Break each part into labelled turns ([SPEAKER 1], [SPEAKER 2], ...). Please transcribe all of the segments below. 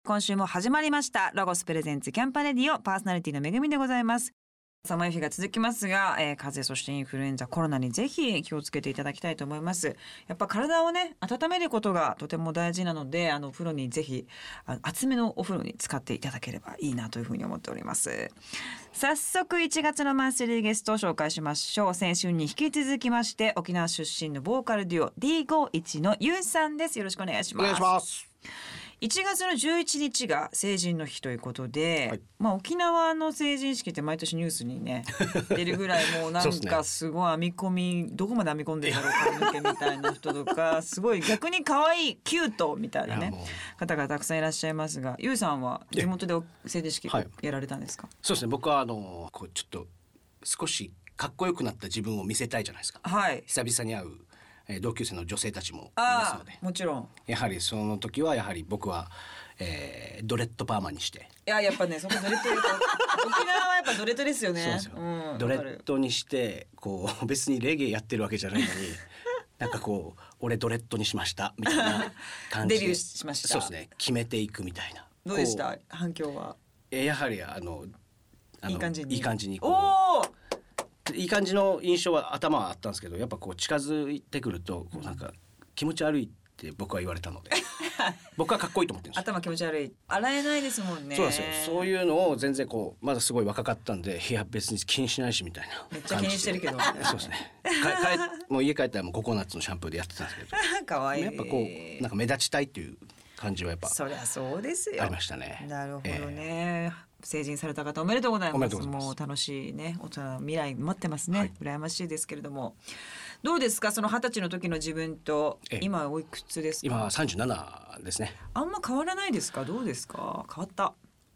[SPEAKER 1] 今週も始まりましたロゴスプレゼンツキャンパレディオ、パーソナリティのめぐみでございます。寒い日が続きますが、風邪そしてインフルエンザ、コロナにぜひ気をつけていただきたいと思います。やっぱ体をね温めることがとても大事なので、お風呂にぜひ厚めのお風呂に使っていただければいいなというふうに思っております。早速1月のマンスリーゲストを紹介しましょう。先週に引き続きまして沖縄出身のボーカルデュオ D51 のゆうさんです。よろしくお願いします。
[SPEAKER 2] お願いします。
[SPEAKER 1] 1月の11日が成人の日ということで、
[SPEAKER 2] はい、
[SPEAKER 1] 沖縄の成人式って毎年ニュースにね出るぐらい、もうなんかすごい編み込み、どこまで編み込んでるんだろう髪の毛みたいな人とかすごい逆に可愛いキュートみたいなね方がたくさんいらっしゃいますが、ゆうさんは地元で成人式やられたんですか？
[SPEAKER 2] そうですね、僕はこうちょっと少しかっこよくなった自分を見せたいじゃないですか。
[SPEAKER 1] はい。
[SPEAKER 2] 久々に会う同級生の女性たちもいますので、
[SPEAKER 1] もちろん
[SPEAKER 2] やはりその時はやはり僕は、ドレッドパーマにして、
[SPEAKER 1] やっぱねそこドレッド沖縄はやっぱドレッドですよね。
[SPEAKER 2] そうですよ、ドレッドにしてこう別にレゲエやってるわけじゃないのになんかこう俺ドレッドにしましたみたいな感じで
[SPEAKER 1] デビューしました。
[SPEAKER 2] そうですね、決めていくみたいな。
[SPEAKER 1] どうでした反響は？
[SPEAKER 2] やはり
[SPEAKER 1] いい感じに
[SPEAKER 2] いい感じにこういい感じの印象は頭はあったんですけど、やっぱこう近づいてくるとこうなんか気持ち悪いって僕は言われたので僕はかっこいいと思ってるんですよ。
[SPEAKER 1] 頭気持ち悪い、洗えないですもんね。
[SPEAKER 2] そうですよ。そういうのを全然こうまだすごい若かったんで、いや別に気にしないしみたいな。
[SPEAKER 1] めっちゃ気にしてるけど
[SPEAKER 2] そうですね。もう家帰ったらもうココナッツのシャンプーでやってたんですけど
[SPEAKER 1] かわいい。
[SPEAKER 2] やっぱこうなんか目立ちたいっていう感じはやっぱ
[SPEAKER 1] そりゃそうですよ。
[SPEAKER 2] ありましたね。
[SPEAKER 1] なるほどね、成人された方おめでとうございます。
[SPEAKER 2] おめでとうございます。
[SPEAKER 1] もう楽しいね未来待ってますね、
[SPEAKER 2] はい、
[SPEAKER 1] 羨ましいですけれども、どうですかその20歳の時の自分と今おいくつですか？
[SPEAKER 2] 今は37ですね。
[SPEAKER 1] あんま変わらないですか？どうですか？変わった？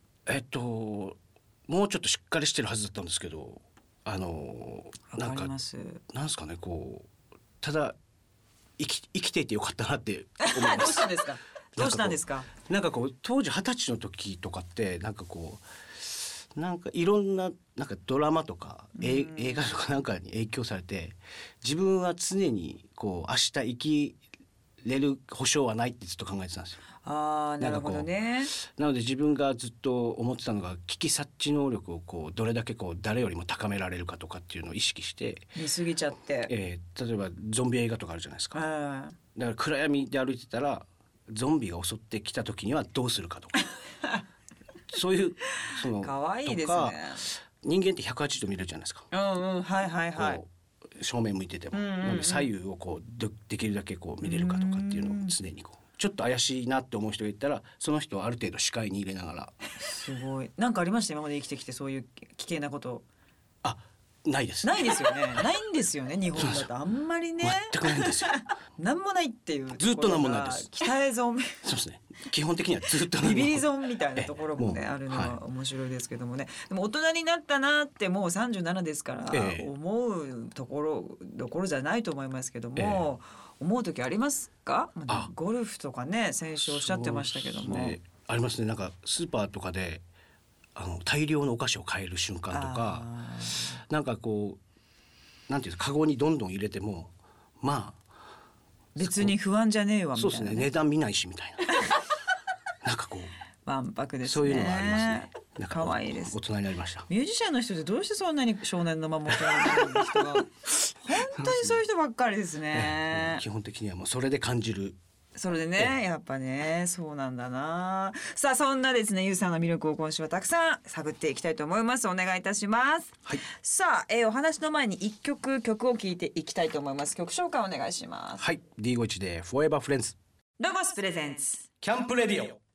[SPEAKER 2] もうちょっとしっかりしてるはずだったんですけど、なんかなんですかね、こうただ生きていてよかったなって思います
[SPEAKER 1] どうしたんですか？どうしたんですか？
[SPEAKER 2] なんかこう当時20歳の時とかってなんかこうなんかいろんななんかドラマとか映画とかなんかに影響されて、自分は常にこう明日生きれる保証はないってずっと考えてたんですよ。
[SPEAKER 1] なるほどね。
[SPEAKER 2] なので自分がずっと思ってたのが危機察知能力をこうどれだけこう誰よりも高められるかとかっていうのを意識して
[SPEAKER 1] 見過ぎちゃって、
[SPEAKER 2] 例えばゾンビ映画とかあるじゃないですか。だか
[SPEAKER 1] だ
[SPEAKER 2] ら暗闇で歩いてたらゾンビが襲ってきた時にはどうするかとかそういうその
[SPEAKER 1] かわいいですね。
[SPEAKER 2] とか人間って180度見れるじゃないですか。
[SPEAKER 1] はいはいはい。
[SPEAKER 2] 正面向いてても、なので左右をこうできるだけこう見れるかとかっていうのを常にこうちょっと怪しいなって思う人がいたらその人をある程度視界に入れながら。
[SPEAKER 1] すごい。なんかありました今まで生きてきてそういう危険なこと？
[SPEAKER 2] ないです。
[SPEAKER 1] ないですよね。ないんですよね日本だとあんまりね。
[SPEAKER 2] 全くないんですよ。
[SPEAKER 1] なんもないっていう。
[SPEAKER 2] ずっとなんもないです。
[SPEAKER 1] 鍛え損。
[SPEAKER 2] そうですね。基本的にはずっと
[SPEAKER 1] ビビり損みたいなところもねあるのは面白いですけどもね。でも大人になったなってもう37ですから思うところどころじゃないと思いますけども、思う時ありますか？ゴルフとかね先週おっしゃってましたけども。
[SPEAKER 2] ありますね。なんかスーパーとかで大量のお菓子を買える瞬間とか、なんかこうなんていうかカゴにどんどん入れてもまあ
[SPEAKER 1] 別に不安じゃねえわみたいな、ね、
[SPEAKER 2] そうですね、値段見ないしみたいななんかこう
[SPEAKER 1] わんぱくですね。
[SPEAKER 2] そういうのがありますね。なんか
[SPEAKER 1] 可愛いです。
[SPEAKER 2] 大人になりました。
[SPEAKER 1] ミュージシャンの人ってどうしてそんなに少年のまま大人になる人が本当にそういう人ばっかりですね。
[SPEAKER 2] 基本的にはもうそれで感じる。
[SPEAKER 1] それでねやっぱねそうなんだな。さあそんなですねゆうさんの魅力を今週はたくさん探っていきたいと思います。お願いいたします、
[SPEAKER 2] はい、
[SPEAKER 1] さあ、お話の前に一曲を聴いていきたいと思います。曲紹介お願いします。
[SPEAKER 2] はい、 D51 で Forever Friends
[SPEAKER 1] ロゴスプレゼンツ
[SPEAKER 2] キャンプレディオ。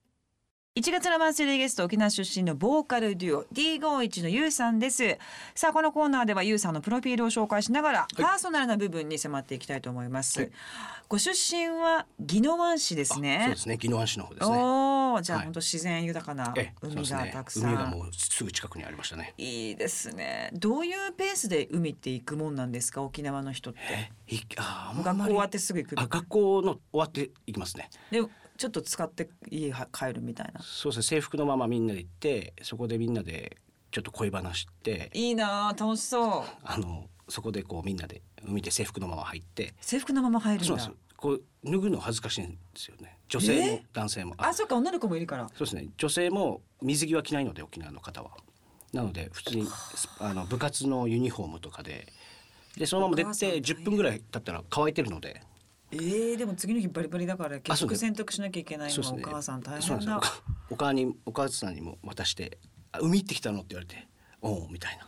[SPEAKER 1] 1月のマンスリーゲスト沖縄出身のボーカルデュオ D51 のゆうさんです。さあこのコーナーではゆうさんのプロフィールを紹介しながら、パーソナルな部分に迫っていきたいと思います、ご出身は宜野湾市ですね。
[SPEAKER 2] そうですね、宜野湾市の方ですね。
[SPEAKER 1] じゃあ本当自然豊かな海がたくさん、
[SPEAKER 2] 海がもうすぐ近くにありましたね。
[SPEAKER 1] いいですね。どういうペースで海って行くもんなんですか沖縄の人って？学校終わってすぐ行く？
[SPEAKER 2] 学校の終わって行きますね。
[SPEAKER 1] でちょっと使って家帰るみたいな。
[SPEAKER 2] そうですね、制服のままみんなで行ってそこでみんなでちょっと恋話して、
[SPEAKER 1] いいな楽しそう。
[SPEAKER 2] そこでこうみんなで海で制服のまま入って。
[SPEAKER 1] 制服のまま入るんだ。
[SPEAKER 2] そうなんです。こう脱ぐの恥ずかしいんですよね。 女性も男性も。
[SPEAKER 1] そっか、女の子もいるから。
[SPEAKER 2] そうですね。女性も水着は着ないので、沖縄の方は。なので普通に部活のユニフォームとかでそのまま出て10分ぐらい経ったら乾いてるので。
[SPEAKER 1] でも次の日バリバリだから結局洗濯しなきゃいけないのはお母さん大変だ。
[SPEAKER 2] お母さんにも渡して海行ってきたのって言われて、おうみたいな。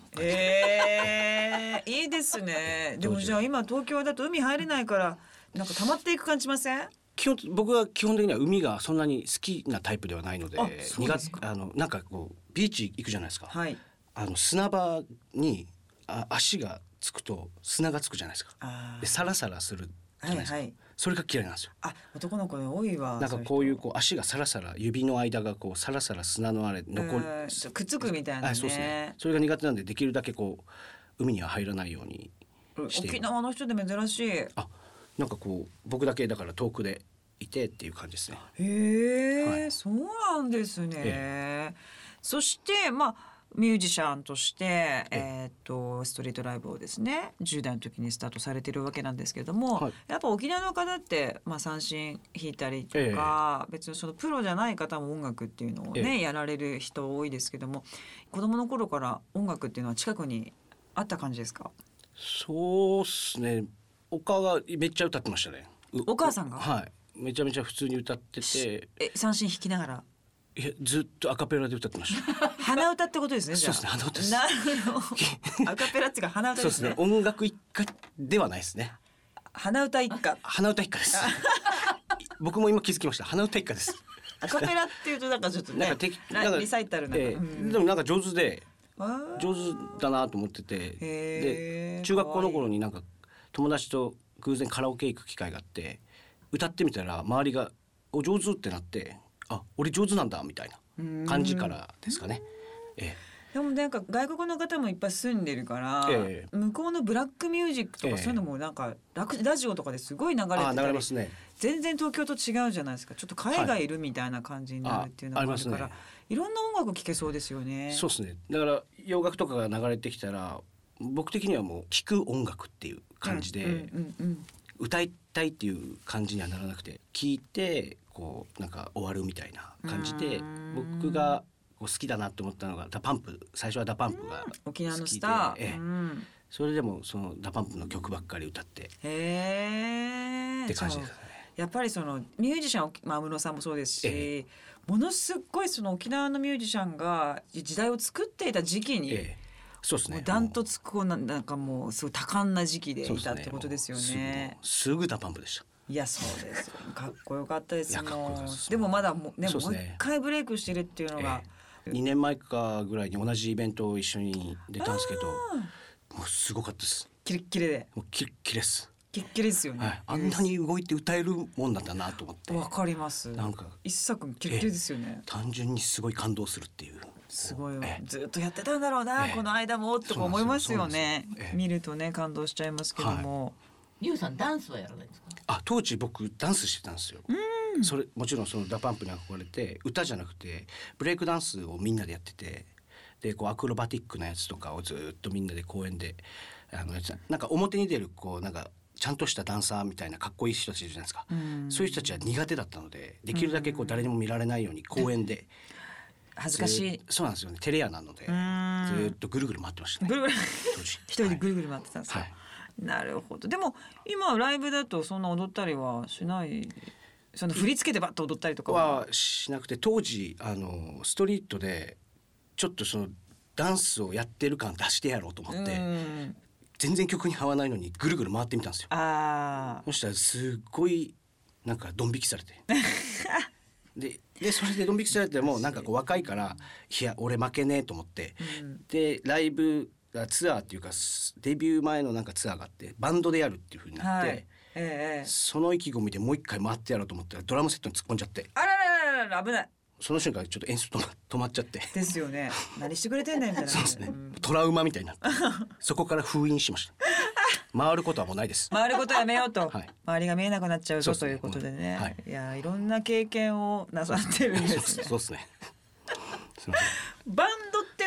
[SPEAKER 1] いいですね。でもじゃあ今東京だと海入れないからなんか溜まっていく感じません？
[SPEAKER 2] 僕は基本的には海がそんなに好きなタイプではないので、なんかこうビーチ行くじゃないですか、はい、砂場に足がつくと砂がつくじゃないですか。でサラサラするじゃないですか、はいはい、それが嫌いなんですよ。
[SPEAKER 1] 男の子多いわ。
[SPEAKER 2] なんかこういう足がサラサラ、指の間がこうサラサラ砂のあれ残る、
[SPEAKER 1] くっつくみたいなね。
[SPEAKER 2] そうですね。それが苦手なんで、できるだけこう海には入らないようにして。
[SPEAKER 1] 沖縄の人で珍しい。
[SPEAKER 2] なんかこう僕だけだから遠くでいてっていう感じですね。
[SPEAKER 1] はい、そうなんですね。そしてミュージシャンとして、ストリートライブをですね10代の時にスタートされているわけなんですけれども、はい、やっぱ沖縄の方って、三線弾いたりとか、別にそのプロじゃない方も音楽っていうのをね、やられる人多いですけども、子供の頃から音楽っていうのは近くにあった感じですか？
[SPEAKER 2] そうっすね。お母がめっちゃ歌ってましたね。
[SPEAKER 1] お母さんが？
[SPEAKER 2] はい、めちゃめちゃ普通に歌ってて。三
[SPEAKER 1] 線弾きながら？
[SPEAKER 2] いや、ずっとアカペラで歌ってました。
[SPEAKER 1] 鼻歌ってことですね。
[SPEAKER 2] そうですね、鼻歌です。
[SPEAKER 1] なるほど。アカペラっていうか鼻歌ですね。
[SPEAKER 2] そうですね、音楽一家ではないですね。
[SPEAKER 1] 鼻歌一家。
[SPEAKER 2] 鼻歌一家です。僕も今気づきました。鼻歌一家です。
[SPEAKER 1] アカペラっていうとなんかちょっとね、リサイタルな、
[SPEAKER 2] でもなんか上手だなと思ってて、で中学校の頃になんか友達と偶然カラオケ行く機会があって、歌ってみたら周りがお上手ってなって、俺上手なんだみたいな感じからですかね。
[SPEAKER 1] でもなんか外国の方もいっぱい住んでるから、向こうのブラックミュージックとかそういうのもなんかラジオとかですごい流れてたり、
[SPEAKER 2] 流れますね。
[SPEAKER 1] 全然東京と違うじゃないですか。ちょっと海外いるみたいな感じになるっていうのがあるから、いろんな音楽聴けそうですよね。
[SPEAKER 2] そうですね。だから洋楽とかが流れてきたら僕的にはもう聴く音楽っていう感じで、歌いたいっていう感じにはならなくて、聴いてこうなんか終わるみたいな感じで、僕が好きだなと思ったのがダパンプ。最初はダパンプが好きで、
[SPEAKER 1] 沖縄のスター、
[SPEAKER 2] それでもそのダパンプの曲ばっかり歌ってって感じですね。
[SPEAKER 1] やっぱりそのミュージシャン、安室さんもそうですし、ものすごいその沖縄のミュージシャンが時代を作っていた時期に、
[SPEAKER 2] そうですね、
[SPEAKER 1] ダントツなんかもうすごい多感な時期でいたってことですよね。
[SPEAKER 2] すぐダパンプでした。
[SPEAKER 1] いや、そうですよ。かっこよかったですよ。でもまだもう一回ブレイクしてるっていうのが、
[SPEAKER 2] 2年前かぐらいに同じイベントを一緒に出たんですけど、もうすごかったです。
[SPEAKER 1] キレッキレで。
[SPEAKER 2] もうキレッキレです。
[SPEAKER 1] キレッキレですよね、
[SPEAKER 2] あんなに動いて歌えるもんなんだなと思って。
[SPEAKER 1] わかります。なんか一作キレッキレですよね。
[SPEAKER 2] 単純にすごい感動するっていう。
[SPEAKER 1] すごいずっとやってたんだろうな、この間もとか思いますよね。見るとね感動しちゃいますけども。
[SPEAKER 3] リュウさんダンスはやらないですか？
[SPEAKER 2] 当時僕ダンスしてたんですよ。それもちろんそのダパンプに憧れて、歌じゃなくてブレイクダンスをみんなでやってて、でこうアクロバティックなやつとかをずっとみんなで公園でなんか表に出るこうなんかちゃんとしたダンサーみたいなかっこいい人たちいるじゃないですか。そういう人たちは苦手だったので、できるだけこう誰にも見られないように公園で
[SPEAKER 1] 恥ずかしい。
[SPEAKER 2] そうなんですよね。テレアなのでずっとぐるぐる回ってましたね。
[SPEAKER 1] 一人でぐるぐる回ってたんですか。なるほど。でも今ライブだとそんな踊ったりはしない。その振り付けてバッと踊ったりとか
[SPEAKER 2] はしなくて、当時ストリートでちょっとそのダンスをやってる感出してやろうと思って、全然曲に合わないのにぐるぐる回ってみたんですよ。そしたらすっごいなんかドン引きされてでそれでドン引きされてもなんかこう若いからいや俺負けねえと思って、でライブツアーっていうかデビュー前のなんかツアーがあってバンドでやるっていう風になって、その意気込みでもう一回回ってやろうと思ったらドラムセットに突っ込んじゃって、
[SPEAKER 1] あらららら危ない。
[SPEAKER 2] その瞬間ちょっと演出止まっちゃって
[SPEAKER 1] ですよね。何してくれてんねんみたいな。
[SPEAKER 2] そうですね、トラウマみたいになってそこから封印しました。回ることはもうないです。
[SPEAKER 1] 回ることやめようと、周りが見えなくなっちゃうぞということでね。いやいろんな経験をなさってるんですね。
[SPEAKER 2] そうですね。
[SPEAKER 1] バンドっていう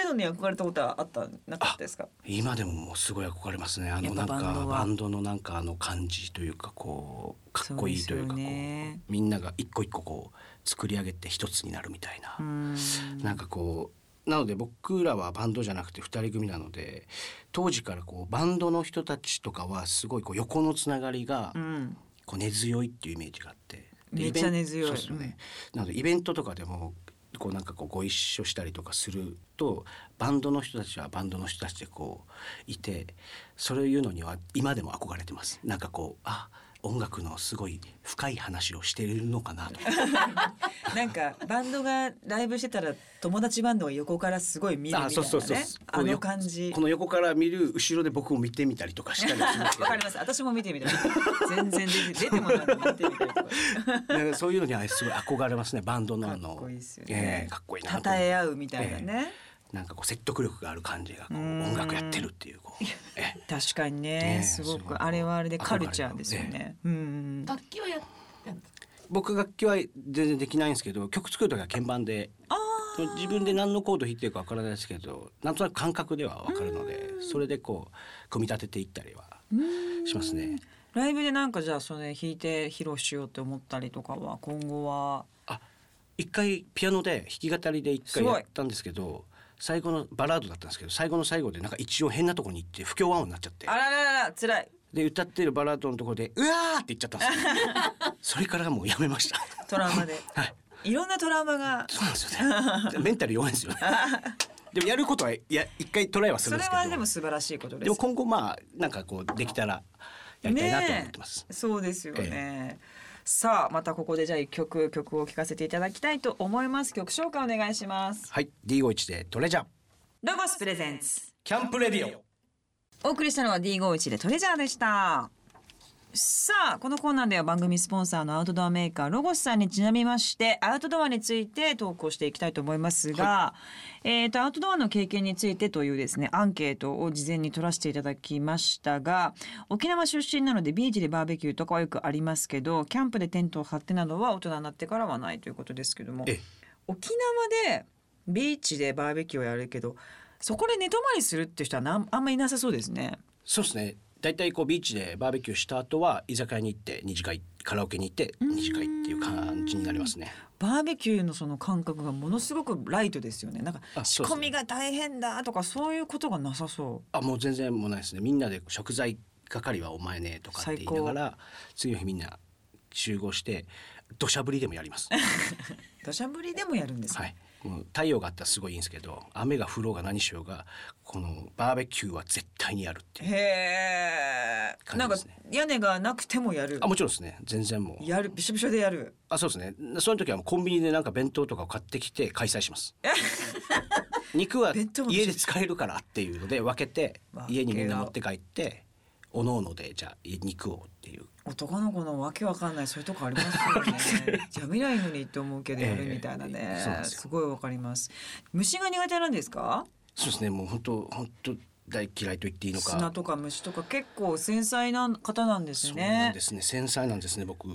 [SPEAKER 1] いうのに憧れたことはあったなかったですか？
[SPEAKER 2] 今でももうすごい憧れますね。なんかバンドのなんか感じというかこうかっこいいというかこうみんなが一個一個こう作り上げて一つになるみたいな。なんかこうなので僕らはバンドじゃなくて二人組なので、当時からこうバンドの人たちとかはすごいこう横のつながりがこう根強いっていうイメージがあって、
[SPEAKER 1] めっちゃ根強い。
[SPEAKER 2] そうですよね。なのでイベントとかでもこうなんかこうご一緒したりとかすると、バンドの人たちはバンドの人たちでこういて、それを言うのには今でも憧れてます。なんかこう音楽のすごい深い話をしているのかなと
[SPEAKER 1] なんかバンドがライブしてたら友達バンドが横からすごい見るみたいなね、あの感じ。
[SPEAKER 2] この横から見る後ろで僕を見てみたりとかしたりしますけど
[SPEAKER 1] わかります。私も見てみたい全然出てもなく見てみたりとか
[SPEAKER 2] そういうのにはすごい憧れますね。バンドの
[SPEAKER 1] かっこいいですよね、
[SPEAKER 2] かっこいいな
[SPEAKER 1] 称え合うみたいなね、
[SPEAKER 2] なんかこう説得力がある感じがこう音楽やってるっていう
[SPEAKER 1] 確かにね、すごくあれはあれでカルチャーですよね。
[SPEAKER 3] 楽器はやってんですか？
[SPEAKER 2] 僕楽器は全然できないんですけど、曲作る時は鍵盤で自分で何のコード弾いてるかわからないですけど、なんとなく感覚ではわかるので、それでこう組み立てていったりはしますね。
[SPEAKER 1] ライブでなんかじゃあそれ弾いて披露しようって思ったりとかは今後は？
[SPEAKER 2] 一回ピアノで弾き語りで一回やったんですけど、最後のバラードだったんですけど、最後の最後でなんか一応変なところに行って不協和音になっちゃって、
[SPEAKER 1] あらららら辛い。
[SPEAKER 2] で歌ってるバラードのところでうわーって言っちゃったんですよそれからもうやめました
[SPEAKER 1] トラウマでいろんなトラウマが。
[SPEAKER 2] そうなんですよねメンタル弱いんですよねでもやることは一回トライはするんですけど、
[SPEAKER 1] それはでも素晴らしいことです。
[SPEAKER 2] でも今後なんかこうできたらやりたいなと思ってます、
[SPEAKER 1] そうですよね、さあまたここでじゃあ曲を聴かせていただきたいと思います。曲紹介お願いします。
[SPEAKER 2] はい、 D51 でトレジャー。
[SPEAKER 1] ロゴスプレゼンツ
[SPEAKER 2] キャンプレディオ。
[SPEAKER 1] お送りしたのは D51 でトレジャーでした。さあこのコーナーでは番組スポンサーのアウトドアメーカーロゴスさんにちなみましてアウトドアについてトークをしていきたいと思いますが、アウトドアの経験についてというですねアンケートを事前に取らせていただきましたが、沖縄出身なのでビーチでバーベキューとかはよくありますけど、キャンプでテントを張ってなどは大人になってからはないということですけども、沖縄でビーチでバーベキューをやるけどそこで寝泊まりするっていう人はあんまりいなさそうですね。
[SPEAKER 2] そうですね。だいたいこうビーチでバーベキューした後は居酒屋に行って二次会、カラオケに行って二次会っていう感じになりますね。
[SPEAKER 1] バーベキューのその感覚がものすごくライトですよね。なんか仕込みが大変だとかそういうことがなさそう。
[SPEAKER 2] もう全然もうないですね。みんなで食材係はお前ねとかって言いながら次の日みんな集合して土砂降りでもやります
[SPEAKER 1] 土砂降りでもやるんですか？
[SPEAKER 2] はい、もう太陽があったらすごいいいんですけど、雨が降ろうが何しようがこのバーベキューは絶対にやるっていう感じですね。
[SPEAKER 1] なんか屋根がなくてもやる？
[SPEAKER 2] もちろんですね。全然もう
[SPEAKER 1] やる、びしょびしょでやる。
[SPEAKER 2] そうですね。そういう時はもうコンビニでなんか弁当とかを買ってきて開催します肉は家で使えるからっていうので分けて家にみんな持って帰っておのおのでじゃあ肉をっていう。
[SPEAKER 1] 男の子のわけわかんないそういうとこありますよねやめないのにって思うけどやるみたいなね、すごいわかります。虫が苦手なんですか？
[SPEAKER 2] そうですね。もう本当大嫌いと言っていいのか。
[SPEAKER 1] 砂とか虫とか結構繊細な方なんですね。
[SPEAKER 2] そうなんですね。繊細なんですね僕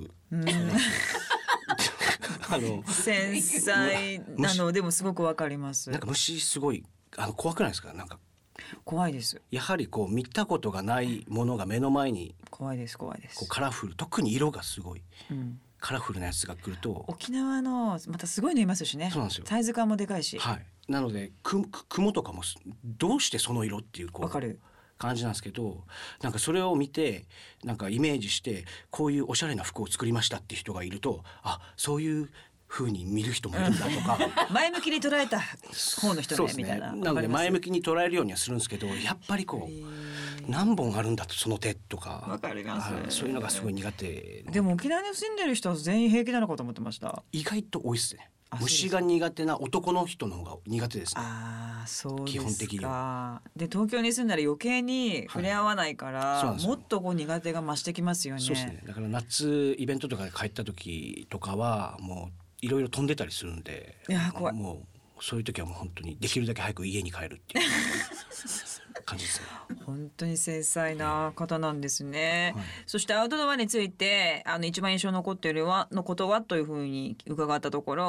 [SPEAKER 1] 繊細なのでもすごくわかります。
[SPEAKER 2] なんか虫すごい怖くないですか？なんか
[SPEAKER 1] 怖いです。
[SPEAKER 2] やはりこう見たことがないものが目の前に
[SPEAKER 1] 怖いです怖いです。
[SPEAKER 2] こうカラフル、特に色がすごい、カラフルなやつが来ると
[SPEAKER 1] 沖縄のまたすごいのいますしね。
[SPEAKER 2] そうなんですよ。
[SPEAKER 1] サイズ感もでかいし、
[SPEAKER 2] はい、なので雲とかもどうしてその色っていう
[SPEAKER 1] わかる
[SPEAKER 2] 感じなんですけど、なんかそれを見てなんかイメージしてこういうおしゃれな服を作りましたって人がいると、そういう風に見る人もいるんだとか
[SPEAKER 1] 前向きに捉えた方の人ね
[SPEAKER 2] そうですね。
[SPEAKER 1] みたいな。
[SPEAKER 2] なので前向きに捉えるようにはするんですけど、やっぱりこう何本あるんだとその手とか
[SPEAKER 1] わかります、
[SPEAKER 2] そういうのがすごい苦手。
[SPEAKER 1] でも沖縄に住んでる人は全員平気なのかと思ってました。
[SPEAKER 2] 意外と多いですね。虫が苦手な男の人の方が苦手ですね。
[SPEAKER 1] そうですか。
[SPEAKER 2] 基本的には。
[SPEAKER 1] で東京に住んだら余計に触れ合わないから、もっとこう苦手が増してきますよね。
[SPEAKER 2] そうですね。だから夏イベントとかで帰った時とかはもういろいろ飛んでたりするんで、
[SPEAKER 1] 怖い。
[SPEAKER 2] もうそういう時はもう本当にできるだけ早く家に帰るっていう感じですね。
[SPEAKER 1] 本当に繊細な方なんですね、そしてアウトドアについて一番印象に残っているのことはというふうに伺ったところ、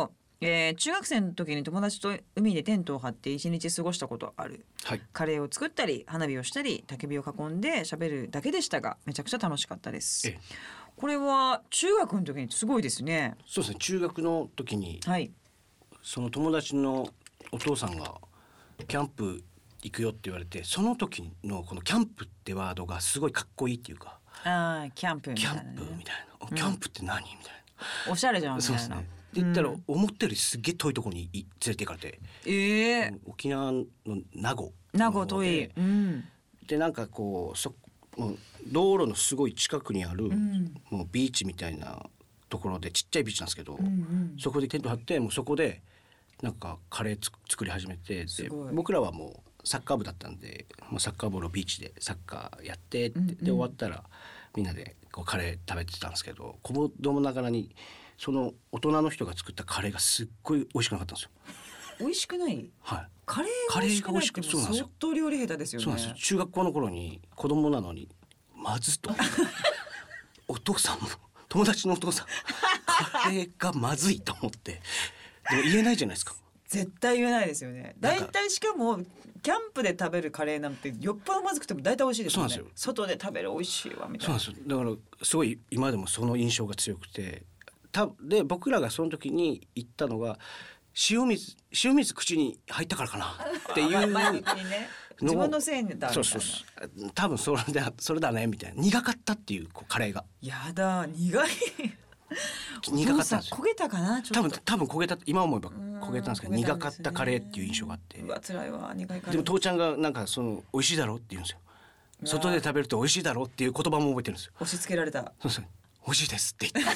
[SPEAKER 1] 中学生の時に友達と海でテントを張って一日過ごしたことある、
[SPEAKER 2] はい、
[SPEAKER 1] カレーを作ったり花火をしたり焚き火を囲んで喋るだけでしたがめちゃくちゃ楽しかったです。これは中学の時にすごいですね。
[SPEAKER 2] そうですね、中学の時に、
[SPEAKER 1] はい、
[SPEAKER 2] その友達のお父さんがキャンプ行くよって言われて、その時のこのキャンプってワードがすごいかっこいいっていうか、
[SPEAKER 1] キャンプみたいな、ね、
[SPEAKER 2] キャンプみたいな、キャンプって何みたいな、
[SPEAKER 1] おしゃれじゃんみたいな。
[SPEAKER 2] そうですね。で言ったら、思ったよりすげえ遠いところに連れて行かれて、沖縄の名護
[SPEAKER 1] 遠い、
[SPEAKER 2] でなんかこうもう道路のすごい近くにある、もうビーチみたいなところで、ちっちゃいビーチなんですけど、そこでテント張って、もうそこでなんかカレー作り始めて、で僕らはもうサッカー部だったんで、もうサッカーボールをビーチでサッカーやってって、で終わったらみんなでこうカレー食べてたんですけど、子供ながらにその大人の人が作ったカレーがすっごい美味しくなかったんですよ。
[SPEAKER 1] 美味しくない？
[SPEAKER 2] はい。
[SPEAKER 1] カレーが美味しくないって相当料理下手ですよね。
[SPEAKER 2] そうなんですよ。中学校の頃に子供なのにまずとお父さんも友達のお父さんカレーがまずいと思って、でも言えないじゃないですか。
[SPEAKER 1] 絶対言えないですよね。だいたいしかもキャンプで食べるカレーなんてよっぽどまずくても大体美味しいですよね。そうなんですよ。外で食べる美味しいわみたいな。
[SPEAKER 2] そうなんですよ。だからすごい今でもその印象が強くて、で僕らがその時に言ったのが、塩水口に入ったからかなっていう
[SPEAKER 1] ね、自分のせいだみたいな。
[SPEAKER 2] そう多分それだねみたいな。苦かったっていう、カレーが
[SPEAKER 1] やだ、苦い
[SPEAKER 2] 苦かったんですよ。
[SPEAKER 1] 焦げたかな、ちょっと
[SPEAKER 2] 多分焦げた、今思えば焦げたんですけど、苦かったカレーっていう印象があって、
[SPEAKER 1] うわ辛いわ、苦いカレー。
[SPEAKER 2] でも父ちゃんがなんか美味しいだろって言うんですよ。外で食べると美味しいだろっていう言葉も覚えてるんですよ。
[SPEAKER 1] 押し付けられた。
[SPEAKER 2] そうそう、美味しいですって言って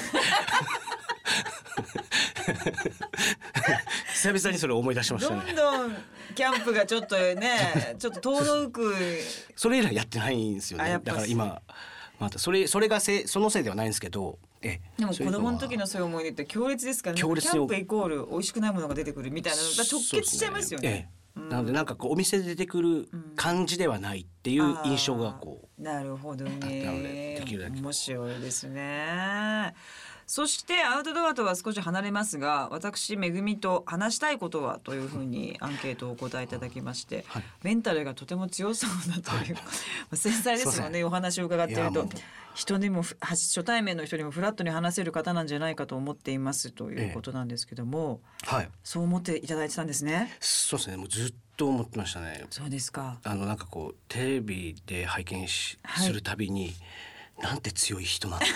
[SPEAKER 2] 久々にそれを思い出しましたね。
[SPEAKER 1] どんどんキャンプがちょっとねちょっと遠のく
[SPEAKER 2] それ以来やってないんですよね。だから今またそれがそのせいではないんですけど、
[SPEAKER 1] でも子供の時のそういう思い出って強烈ですからね。キャンプイコール美味しくないものが出てくるみたいなのが直結しちゃいますよね。
[SPEAKER 2] なのでなんかこうお店で出てくる感じではないっていう印象がこう、
[SPEAKER 1] なるほどね。
[SPEAKER 2] できるだけ
[SPEAKER 1] 面白いですね。そしてアウトドアとは少し離れますが、私めぐみと話したいことはというふうにアンケートをお答えいただきまして、メンタルがとても強そうだという、繊細ですよね。お話を伺っていると、人にも初対面の人にもフラットに話せる方なんじゃないかと思っていますということなんですけども、そう思っていただいてたんですね。
[SPEAKER 2] そうですね、もうずっと思ってましたね。
[SPEAKER 1] そうですか。
[SPEAKER 2] なんかこうテレビで拝見するたびに、なんて強い人なんだ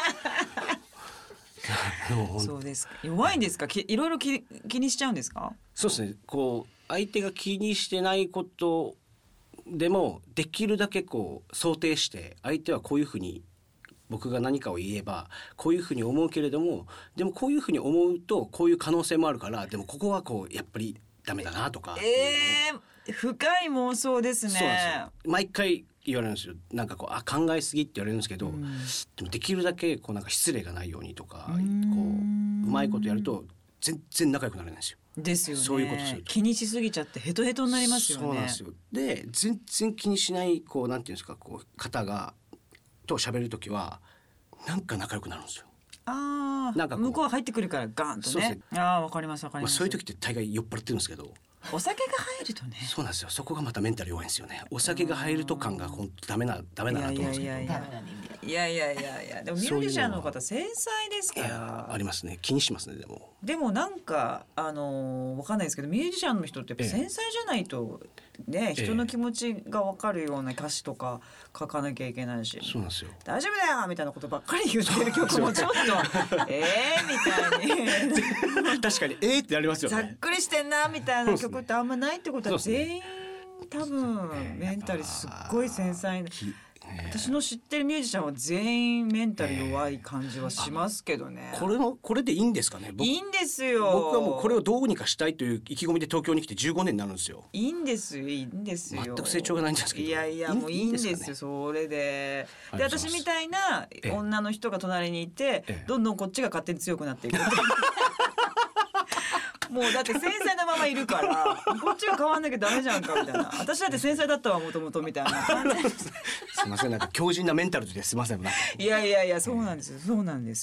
[SPEAKER 1] そうですか。弱いんですか。いろいろ気にしちゃうんですか。
[SPEAKER 2] そうですね。こう相手が気にしてないことでもできるだけこう想定して、相手はこういうふうに僕が何かを言えばこういうふうに思うけれども、でもこういうふうに思うとこういう可能性もあるから、でもここはこうやっぱりダメだなとか。
[SPEAKER 1] 深い妄想ですね。
[SPEAKER 2] そうなんですよ。毎回言われるんですよ。なんかこう考えすぎって言われるんですけど、でもできるだけこうなんか失礼がないようにとか、こううまいことやると全然仲良くなれないんですよ。
[SPEAKER 1] ですよね。
[SPEAKER 2] そういうことすると
[SPEAKER 1] 気にしすぎちゃってヘトヘトになりますよね。
[SPEAKER 2] そうなんですよ。で全然気にしないこうなんていうんですか、こう方がと喋るときはなんか仲良くなるんですよ。
[SPEAKER 1] なんか向こう入ってくるからガンとね。わかりますわかります。
[SPEAKER 2] そういう時って大概酔っ払ってるんですけど。
[SPEAKER 1] お酒が入るとね。
[SPEAKER 2] そうなんですよ。そこがまたメンタル弱いんですよね。お酒が入ると感が本当ダメだなと思うんですけど。
[SPEAKER 1] いやでもミュージシャンの方繊細ですから。
[SPEAKER 2] ありますね。気にしますね。
[SPEAKER 1] でもなんかわかんないですけど、ミュージシャンの人ってやっぱ繊細じゃないとね、人の気持ちが分かるような歌詞とか書かなきゃいけないし。
[SPEAKER 2] そうなんですよ。
[SPEAKER 1] 大丈夫だよみたいなことばっかり言ってる曲もちょっとみたいに
[SPEAKER 2] 確かにってなりますよね。
[SPEAKER 1] ざっくりしてんなみたいな曲ってあんまないってことは、全員多分メンタルすっごい繊細な。私の知ってるミュージシャンは全員メンタル弱い感じはしますけどね。
[SPEAKER 2] これでいいんですかね。
[SPEAKER 1] いいんですよ。
[SPEAKER 2] 僕はもうこれをどうにかしたいという意気込みで東京に来て15年になるんですよ。
[SPEAKER 1] いいんですよ。全く
[SPEAKER 2] 成長がないんですけど。
[SPEAKER 1] もういいんですよ。それで私みたいな女の人が隣にいて、どんどんこっちが勝手に強くなっていくもうだって繊細なままいるからこっちが変わんなきゃダメじゃんかみたいな。私だって繊細だったわもともとみたいな感じ
[SPEAKER 2] すいません、なんか強靭なメンタルですいません。
[SPEAKER 1] いやそうなんですよ。そうなんですよ。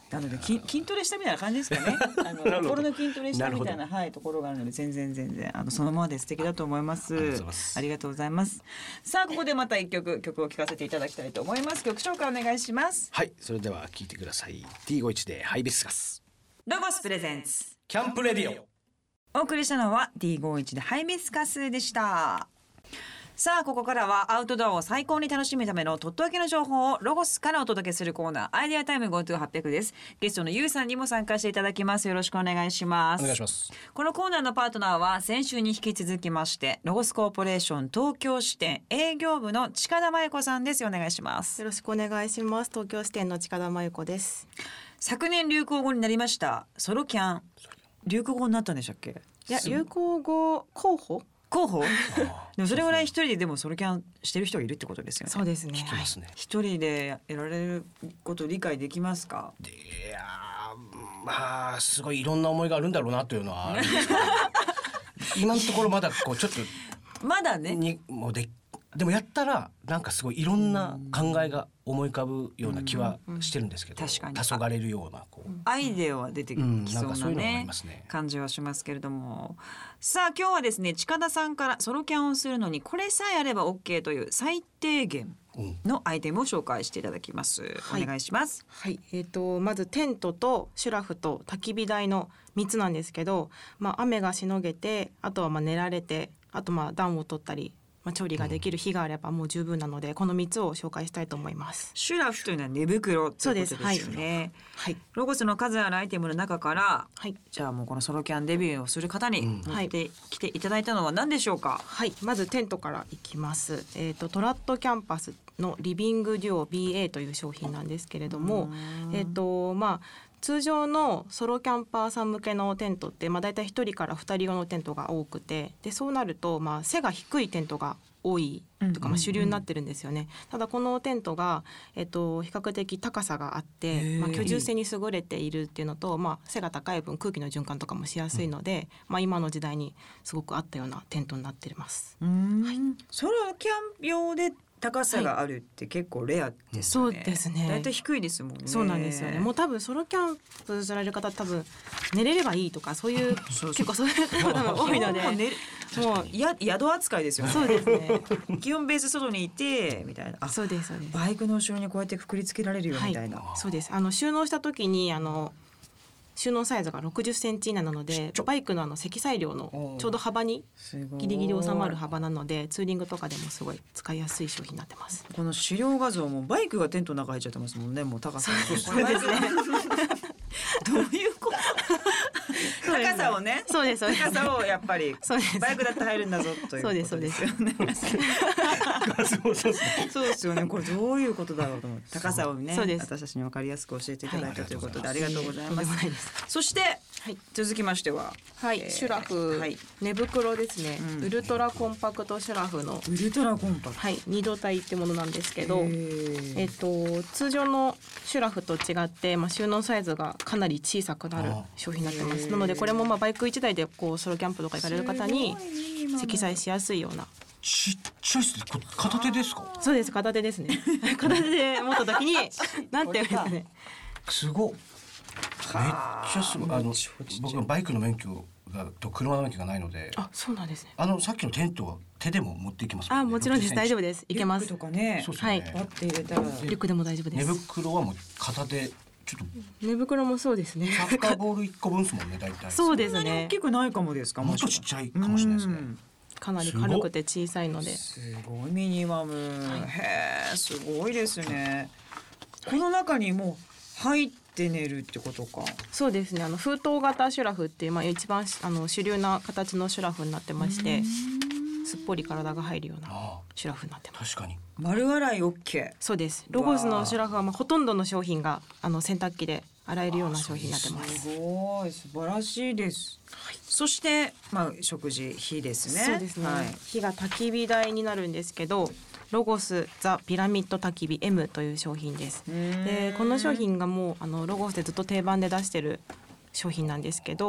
[SPEAKER 1] なので筋トレしたみたいな感じですかね。心の筋トレしたみたいな、ところがあるので全然そのままで素敵だと思います。ありがとうございます。さあここでまた一曲を聴かせていただきたいと思います。曲紹介お願いします。
[SPEAKER 2] はい、それでは聴いてください。 T51 でハイビスカス。
[SPEAKER 1] ロゴスプレゼンツ
[SPEAKER 2] キャンプレディオ。
[SPEAKER 1] お送りしたのは T51 でハイビスカスでした。さあここからはアウトドアを最高に楽しむためのとっておきの情報をロゴスからお届けするコーナー、アイデアタイム GoTo800 です。ゲストのゆうさんにも参加していただきます。よろしくお願いします。
[SPEAKER 2] お願いします。
[SPEAKER 1] このコーナーのパートナーは先週に引き続きましてロゴスコーポレーション東京支店営業部の近田真由子さんです。お願いします。
[SPEAKER 4] よろしくお願いします。東京支店の近田真由子です。
[SPEAKER 1] 昨年流行語になりましたソロキャン、流行語になったんでしたっけ？
[SPEAKER 4] いや、流行語候補
[SPEAKER 1] でもそれぐらい一人ででもソロキャンしてる人がいるってことですよね。
[SPEAKER 4] そうですね。
[SPEAKER 2] 聞きますね。
[SPEAKER 1] 一人でやられることを理解できますか？
[SPEAKER 2] いやまあすごいいろんな思いがあるんだろうなというのはあるんですけど今のところまだこうちょっと
[SPEAKER 1] まだね
[SPEAKER 2] にもうでもやったらなんかすごいいろんな考えが思い浮かぶような気はしてるんですけど、
[SPEAKER 1] 確かに
[SPEAKER 2] 黄昏れるようなこう
[SPEAKER 1] アイデアは出てきそう
[SPEAKER 2] なんかそういうのがあ
[SPEAKER 1] な
[SPEAKER 2] りますね。
[SPEAKER 1] 感じはしますけれども、さあ今日はですね近田さんからソロキャンをするのにこれさえあれば OK という最低限のアイテムを紹介していただきます。お願いします。
[SPEAKER 4] はい、まずテントとシュラフと焚き火台の3つなんですけど、雨がしのげて、あとは寝られて、あと暖を取ったり、調理ができる火があればもう十分なので、この3つを紹介したいと思います。
[SPEAKER 1] シュラフというのは寝袋ということですよね。はい、ロゴスの数あるアイテムの中から、じゃあもうこのソロキャンデビューをする方に持ってきていただいたのは何でしょうか？
[SPEAKER 4] はい、まずテントからいきます。トラットキャンパスのリビングデュオ BA という商品なんですけれども、通常のソロキャンパーさん向けのテントって、だいたい1人から2人用のテントが多くて、でそうなると、背が低いテントが多いとか、主流になってるんですよね。ただこのテントが、比較的高さがあって、居住性に優れているっていうのと、背が高い分空気の循環とかもしやすいので、今の時代にすごく合ったようなテントになっています。
[SPEAKER 1] ソロキャン用で高さがあるって結構レアですよね。
[SPEAKER 4] そうですね。
[SPEAKER 1] だいたい低いですもんね。
[SPEAKER 4] そうなんですよね。もう多分ソロキャンプされる方、多分寝れればいいとかそういう結構そういう方が多いので、
[SPEAKER 1] もう宿扱いですよね。
[SPEAKER 4] そうですね。
[SPEAKER 1] 基本ベース外にいてみたいな。
[SPEAKER 4] そうですそうです。
[SPEAKER 1] バイクの後ろにこうやってくくりつけられるよみたいな。
[SPEAKER 4] そうです。収納した時に収納サイズが60センチ以内なので、バイクの積載量のちょうど幅にギリギリ収まる幅なので、ツーリングとかでもすごい使いやすい商品になってます。
[SPEAKER 1] この資料画像もバイクがテントの中入っちゃってますもんね。もう高さ
[SPEAKER 4] そうですね。
[SPEAKER 1] どういうこと高さをね、
[SPEAKER 4] そうですそうです、
[SPEAKER 1] 高さをやっぱり
[SPEAKER 4] そうです
[SPEAKER 1] バイクだって入るんだぞということですよね。そうですよね。これどういうことだろうと思って、高さをね私たちに分かりやすく教えていただいたということで、ありがとうございます。そして、続きましては、
[SPEAKER 4] シュラフ、寝袋ですね、ウルトラコンパクトシュラフの
[SPEAKER 1] ウルトラコンパクト、
[SPEAKER 4] 2度体ってものなんですけど、通常のシュラフと違って、収納サイズがかなり小さくなる商品になってます。なのでこれもバイク1台でソロキャンプとか行かれる方に積載しやすいような。
[SPEAKER 2] ちっちゃいですね。片手ですか？
[SPEAKER 4] そうです、片手ですね。片手で持った時になんていうんですかね。
[SPEAKER 2] すごっ。めっちゃすごい。僕はバイクの免許と車の免許がないので。
[SPEAKER 4] あ、そうなんですね。
[SPEAKER 2] さっきのテントは手でも持っていきますか？
[SPEAKER 4] もちろんです。大丈夫です。いけます。
[SPEAKER 1] リュックとかね。
[SPEAKER 4] はい。
[SPEAKER 1] バッて入れたら
[SPEAKER 4] リュックでも大丈夫です。
[SPEAKER 2] 寝袋はもう片手。ちょっと
[SPEAKER 4] 寝袋もそうですね。
[SPEAKER 2] サッカーボール1個分ですもんね、大体。
[SPEAKER 4] そうですね。
[SPEAKER 1] そんなに大きくないかもですか？
[SPEAKER 2] もうちょっとちっちゃいかもしれないですね。
[SPEAKER 4] かなり軽くて小さいので。
[SPEAKER 1] すごいミニマム。へえ、すごいですね。この中にも入って寝るってことか。
[SPEAKER 4] そうですね。封筒型シュラフっていう一番主流な形のシュラフになってまして、すっぽり体が入るようなシュラフになってます。
[SPEAKER 2] 確かに。
[SPEAKER 1] 丸洗い OK。
[SPEAKER 4] そうです。ロゴスのシュラフはほとんどの商品が洗濯機で洗えるような商品になってます。
[SPEAKER 1] すごい素晴らしいです。そして、食事火ですね。
[SPEAKER 4] そうですね。火が焚き火台になるんですけど、ロゴスザピラミッド焚き火 M という商品です。でこの商品がもうロゴスでずっと定番で出してる商品なんですけど、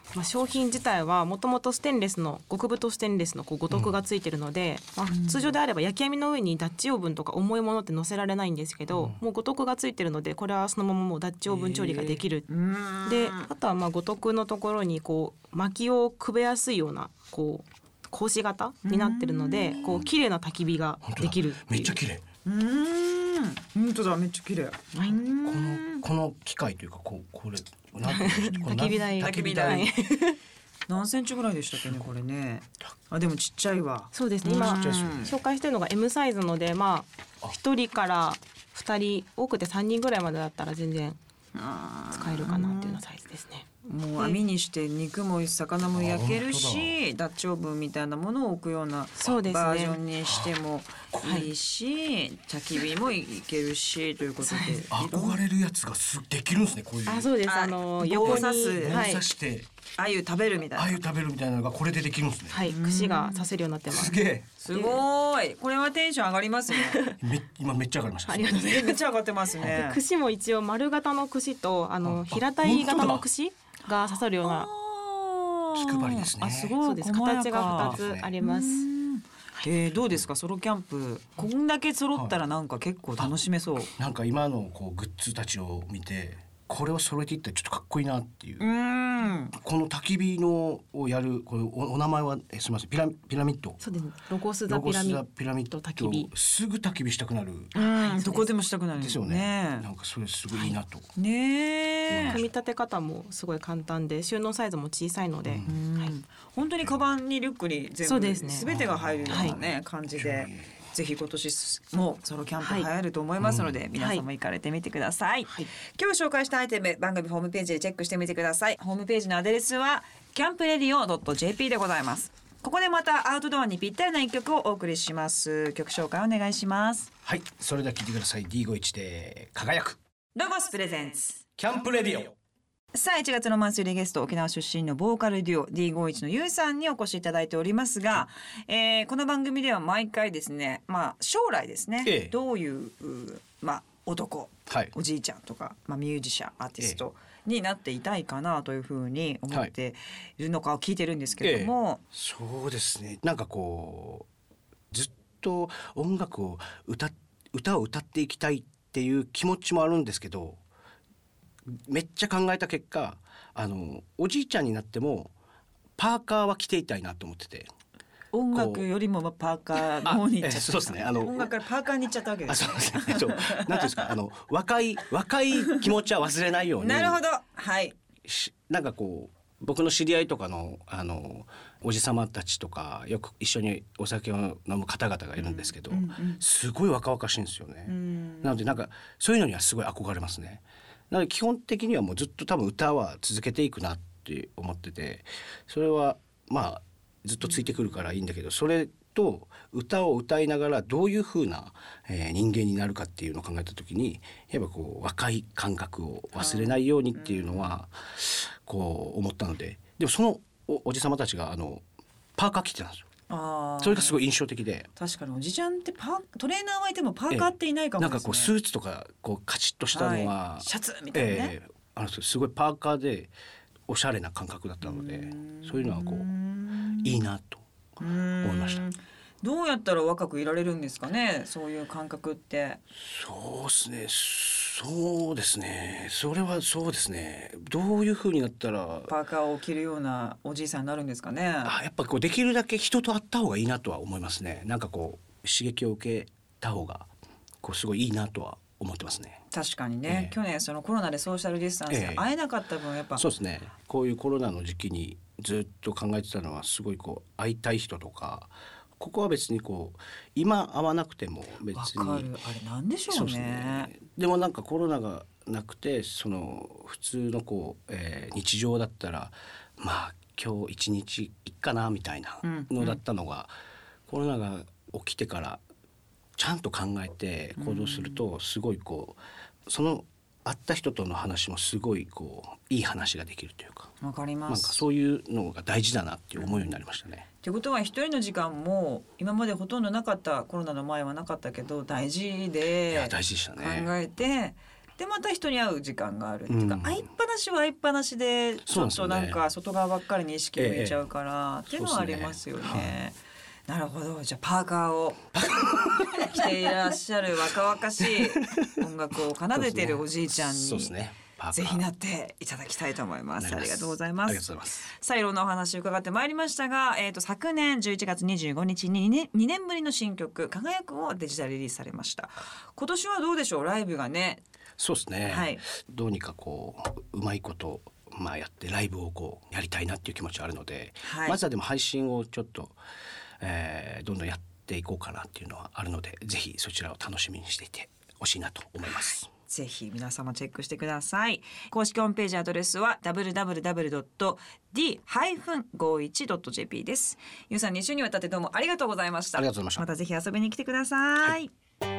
[SPEAKER 4] 商品自体はもともとステンレスの極太ステンレスの五徳がついてるので、通常であれば焼き網の上にダッチオーブンとか重いものって乗せられないんですけど、もう五徳がついてるのでこれはそのままもうダッチオーブン調理ができる。であとは五徳のところにこう薪をくべやすいようなこう格子型になってるので、こう綺麗な焚き火ができる。
[SPEAKER 2] めっちゃ綺麗。
[SPEAKER 1] 本当だ、めっちゃ綺麗。
[SPEAKER 2] この機械というかこれなんて
[SPEAKER 4] 焚き火台。
[SPEAKER 1] 焚き火台。何センチぐらいでしたっけねこれね。あでもちっちゃいわ。
[SPEAKER 4] そうですね。今紹介してるのが M サイズので、1人から2人多くて3人ぐらいまでだったら全然使えるかなっていうようなサイズですね。
[SPEAKER 1] もう網にして肉も魚も焼けるし、ダッチオーブンみたいなものを置くようなバージョンにしてもいいし、焚き火もいけるしということで、
[SPEAKER 2] 憧れるやつができるんですね、こういう。
[SPEAKER 4] そうです。
[SPEAKER 1] 横に
[SPEAKER 2] 刺して
[SPEAKER 1] 鮎食べるみたいな。
[SPEAKER 2] 鮎食べるみたいなのがこれでできるんですね。
[SPEAKER 4] はい、串が刺せるようになってます。
[SPEAKER 2] すげえ。
[SPEAKER 1] すごい。これはテンション上がりますね。
[SPEAKER 2] 今めっちゃ上がりました。
[SPEAKER 4] ありがとうございます。
[SPEAKER 1] めっちゃ上がってますね。
[SPEAKER 4] 串も一応丸型の串と平たい型の串が刺さるような
[SPEAKER 2] 気配りですね。
[SPEAKER 1] すごい。
[SPEAKER 4] 形が2つあります。
[SPEAKER 1] どうですかソロキャンプ。こんだけ揃ったらなんか結構楽しめそう。
[SPEAKER 2] なんか今のグッズたちを見て、これを揃えていったらちょっとかっこいいなっていう。この焚き火のをやるこれ お名前はすみません、ピラミッド。
[SPEAKER 4] そうですね。ロゴスザピラミッド焚き火。
[SPEAKER 2] すぐ焚き火したくなる。
[SPEAKER 1] どこでもしたくなる
[SPEAKER 2] ですよね。なんかそれすごいいいなと。
[SPEAKER 1] ね。
[SPEAKER 4] 組み立て方もすごい簡単で収納サイズも小さいので、
[SPEAKER 1] 本当にカバンにリュックに全部全てが入るようなね感じで。ぜひ今年もソロキャンプ流行ると思いますので、皆さんも行かれてみてください。今日紹介したアイテム、番組ホームページでチェックしてみてください。ホームページのアドレスはcampradio.jp でございます。ここでまたアウトドアにぴったりな一曲をお送りします。曲紹介お願いします。
[SPEAKER 2] はい、それでは聴いてください。 D51 で輝く。
[SPEAKER 1] ロゴスプレゼンツ
[SPEAKER 2] キャンプレディオ。
[SPEAKER 1] さあ1月のマンスリーゲスト、沖縄出身のボーカルデュオ D51 のゆうさんにお越しいただいておりますが、この番組では毎回ですね、将来ですね、どういう男、おじいちゃんとか、ミュージシャンアーティストになっていたいかなというふうに思っているのかを聞いてるんですけれども、
[SPEAKER 2] そうですね、なんかずっと音楽を歌を歌っていきたいっていう気持ちもあるんですけど、めっちゃ考えた結果おじいちゃんになってもパーカーは着ていたいなと思ってて、
[SPEAKER 1] 音楽よりもパーカーの方に行っちゃった。
[SPEAKER 2] そうですね、
[SPEAKER 1] 音楽からパーカーに行っちゃったわけですね。
[SPEAKER 2] そうですね。なんていうんですか、若い気持ちは忘れないように。
[SPEAKER 1] なるほど、はい。
[SPEAKER 2] なんか僕の知り合いとかのおじさまたちとかよく一緒にお酒を飲む方々がいるんですけど、すごい若々しいんですよね。なのでなんかそういうのにはすごい憧れますね。なので基本的にはもうずっと多分歌は続けていくなって思ってて、それはずっとついてくるからいいんだけど、それと歌を歌いながらどういう風な、人間になるかっていうのを考えた時に、やっぱ若い感覚を忘れないようにっていうのは思ったので、でもその おじさまたちがパーカー着てたんですよ。それがすごい印象的で。
[SPEAKER 1] 確かにおじちゃんってトレーナーはいてもパーカーっていないかもですね。
[SPEAKER 2] なんかスーツとかカチッとしたのは、
[SPEAKER 1] シャツみたいなね、
[SPEAKER 2] すごいパーカーでおしゃれな感覚だったので、そういうのはいいなと思いました。
[SPEAKER 1] どうやったら若くいられるんですかね、そういう感覚って。
[SPEAKER 2] そうですね、それはそうですね、どういう風になったら
[SPEAKER 1] パーカーを着るようなおじいさんになるんですかね。
[SPEAKER 2] やっぱできるだけ人と会った方がいいなとは思いますね。なんか刺激を受けた方がすごいいいなとは思ってますね。
[SPEAKER 1] 確かにね、去年そのコロナでソーシャルディスタンスで会えなかった分やっぱ、
[SPEAKER 2] そうですね、こういうコロナの時期にずっと考えてたのは、すごい会いたい人とか、ここは別に今会わなくても別に
[SPEAKER 1] わかる、あれなんでしょうね。
[SPEAKER 2] でもなんかコロナがなくて普通の日常だったら今日一日いっかなみたいなのだったのが、コロナが起きてからちゃんと考えて行動すると、すごいその会った人との話もすごいいい話ができるというか、
[SPEAKER 1] わかります。
[SPEAKER 2] なんかそういうのが大事だなっていう思うようになりましたね。
[SPEAKER 1] ということは一人の時間も今までほとんどなかった、コロナの前はなかったけど大事で、
[SPEAKER 2] 大事でしたね。
[SPEAKER 1] 考えて、 でまた人に会う時間があるっていうか、
[SPEAKER 2] うん
[SPEAKER 1] 会いっぱなしは会いっぱなしでちょっとなん
[SPEAKER 2] そう
[SPEAKER 1] か外側ばっかりに意識向いちゃうから、っていうのはありますよね。
[SPEAKER 2] そうですね
[SPEAKER 1] なるほど。じゃあパーカーを着ていらっしゃる若々しい音楽を奏でているおじいちゃんに
[SPEAKER 2] そうですね。パーカー
[SPEAKER 1] ぜひなっていただきたいと思います。ありがとうございま
[SPEAKER 2] ありが
[SPEAKER 1] す。
[SPEAKER 2] とうございます。
[SPEAKER 1] さあいろんなお話伺ってまいりましたが、昨年11月25日に2年ぶりの新曲「輝く」をデジタルリリースされました。今年はどうでしょう、ライブがね。
[SPEAKER 2] そうですね、
[SPEAKER 1] はい、
[SPEAKER 2] どうにかこううまいことやってライブをこうやりたいなっていう気持ちはあるので、
[SPEAKER 1] はい、
[SPEAKER 2] まずはでも配信をちょっと、どんどんやっていこうかなっていうのはあるので、ぜひそちらを楽しみにしていてほしいなと思います。
[SPEAKER 1] ぜひ皆様チェックしてください。公式ホームページアドレスは www.d-51.jp です。ゆうさん2週にわたってどうもありがとうございました。
[SPEAKER 2] ありがとうございました。
[SPEAKER 1] またぜひ遊びに来てください。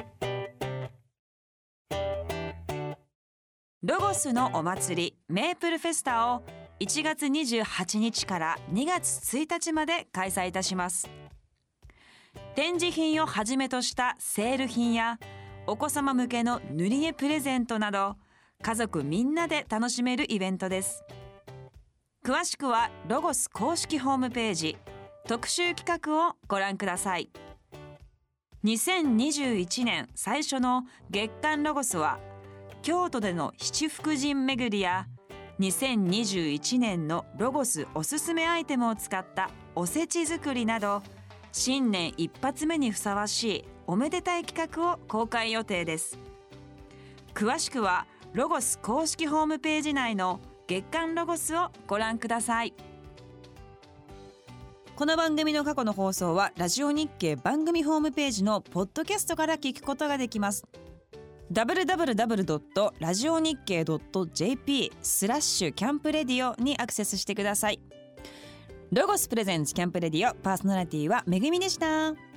[SPEAKER 1] ロゴスのお祭りメープルフェスタを1月28日から2月1日まで開催いたします。展示品をはじめとしたセール品やお子様向けの塗り絵プレゼントなど、家族みんなで楽しめるイベントです。詳しくはロゴス公式ホームページ特集企画をご覧ください。2021年最初の月刊ロゴスは京都での七福神巡りや2021年のロゴスおすすめアイテムを使ったおせち作りなど、新年一発目にふさわしいおめでたい企画を公開予定です。詳しくはロゴス公式ホームページ内の月刊ロゴスをご覧ください。この番組の過去の放送はラジオ日経番組ホームページのポッドキャストから聞くことができます。www.radionickei.jp/キャンプレディオにアクセスしてください。ロゴスプレゼンツキャンプレディオ、パーソナリティはめぐみでした。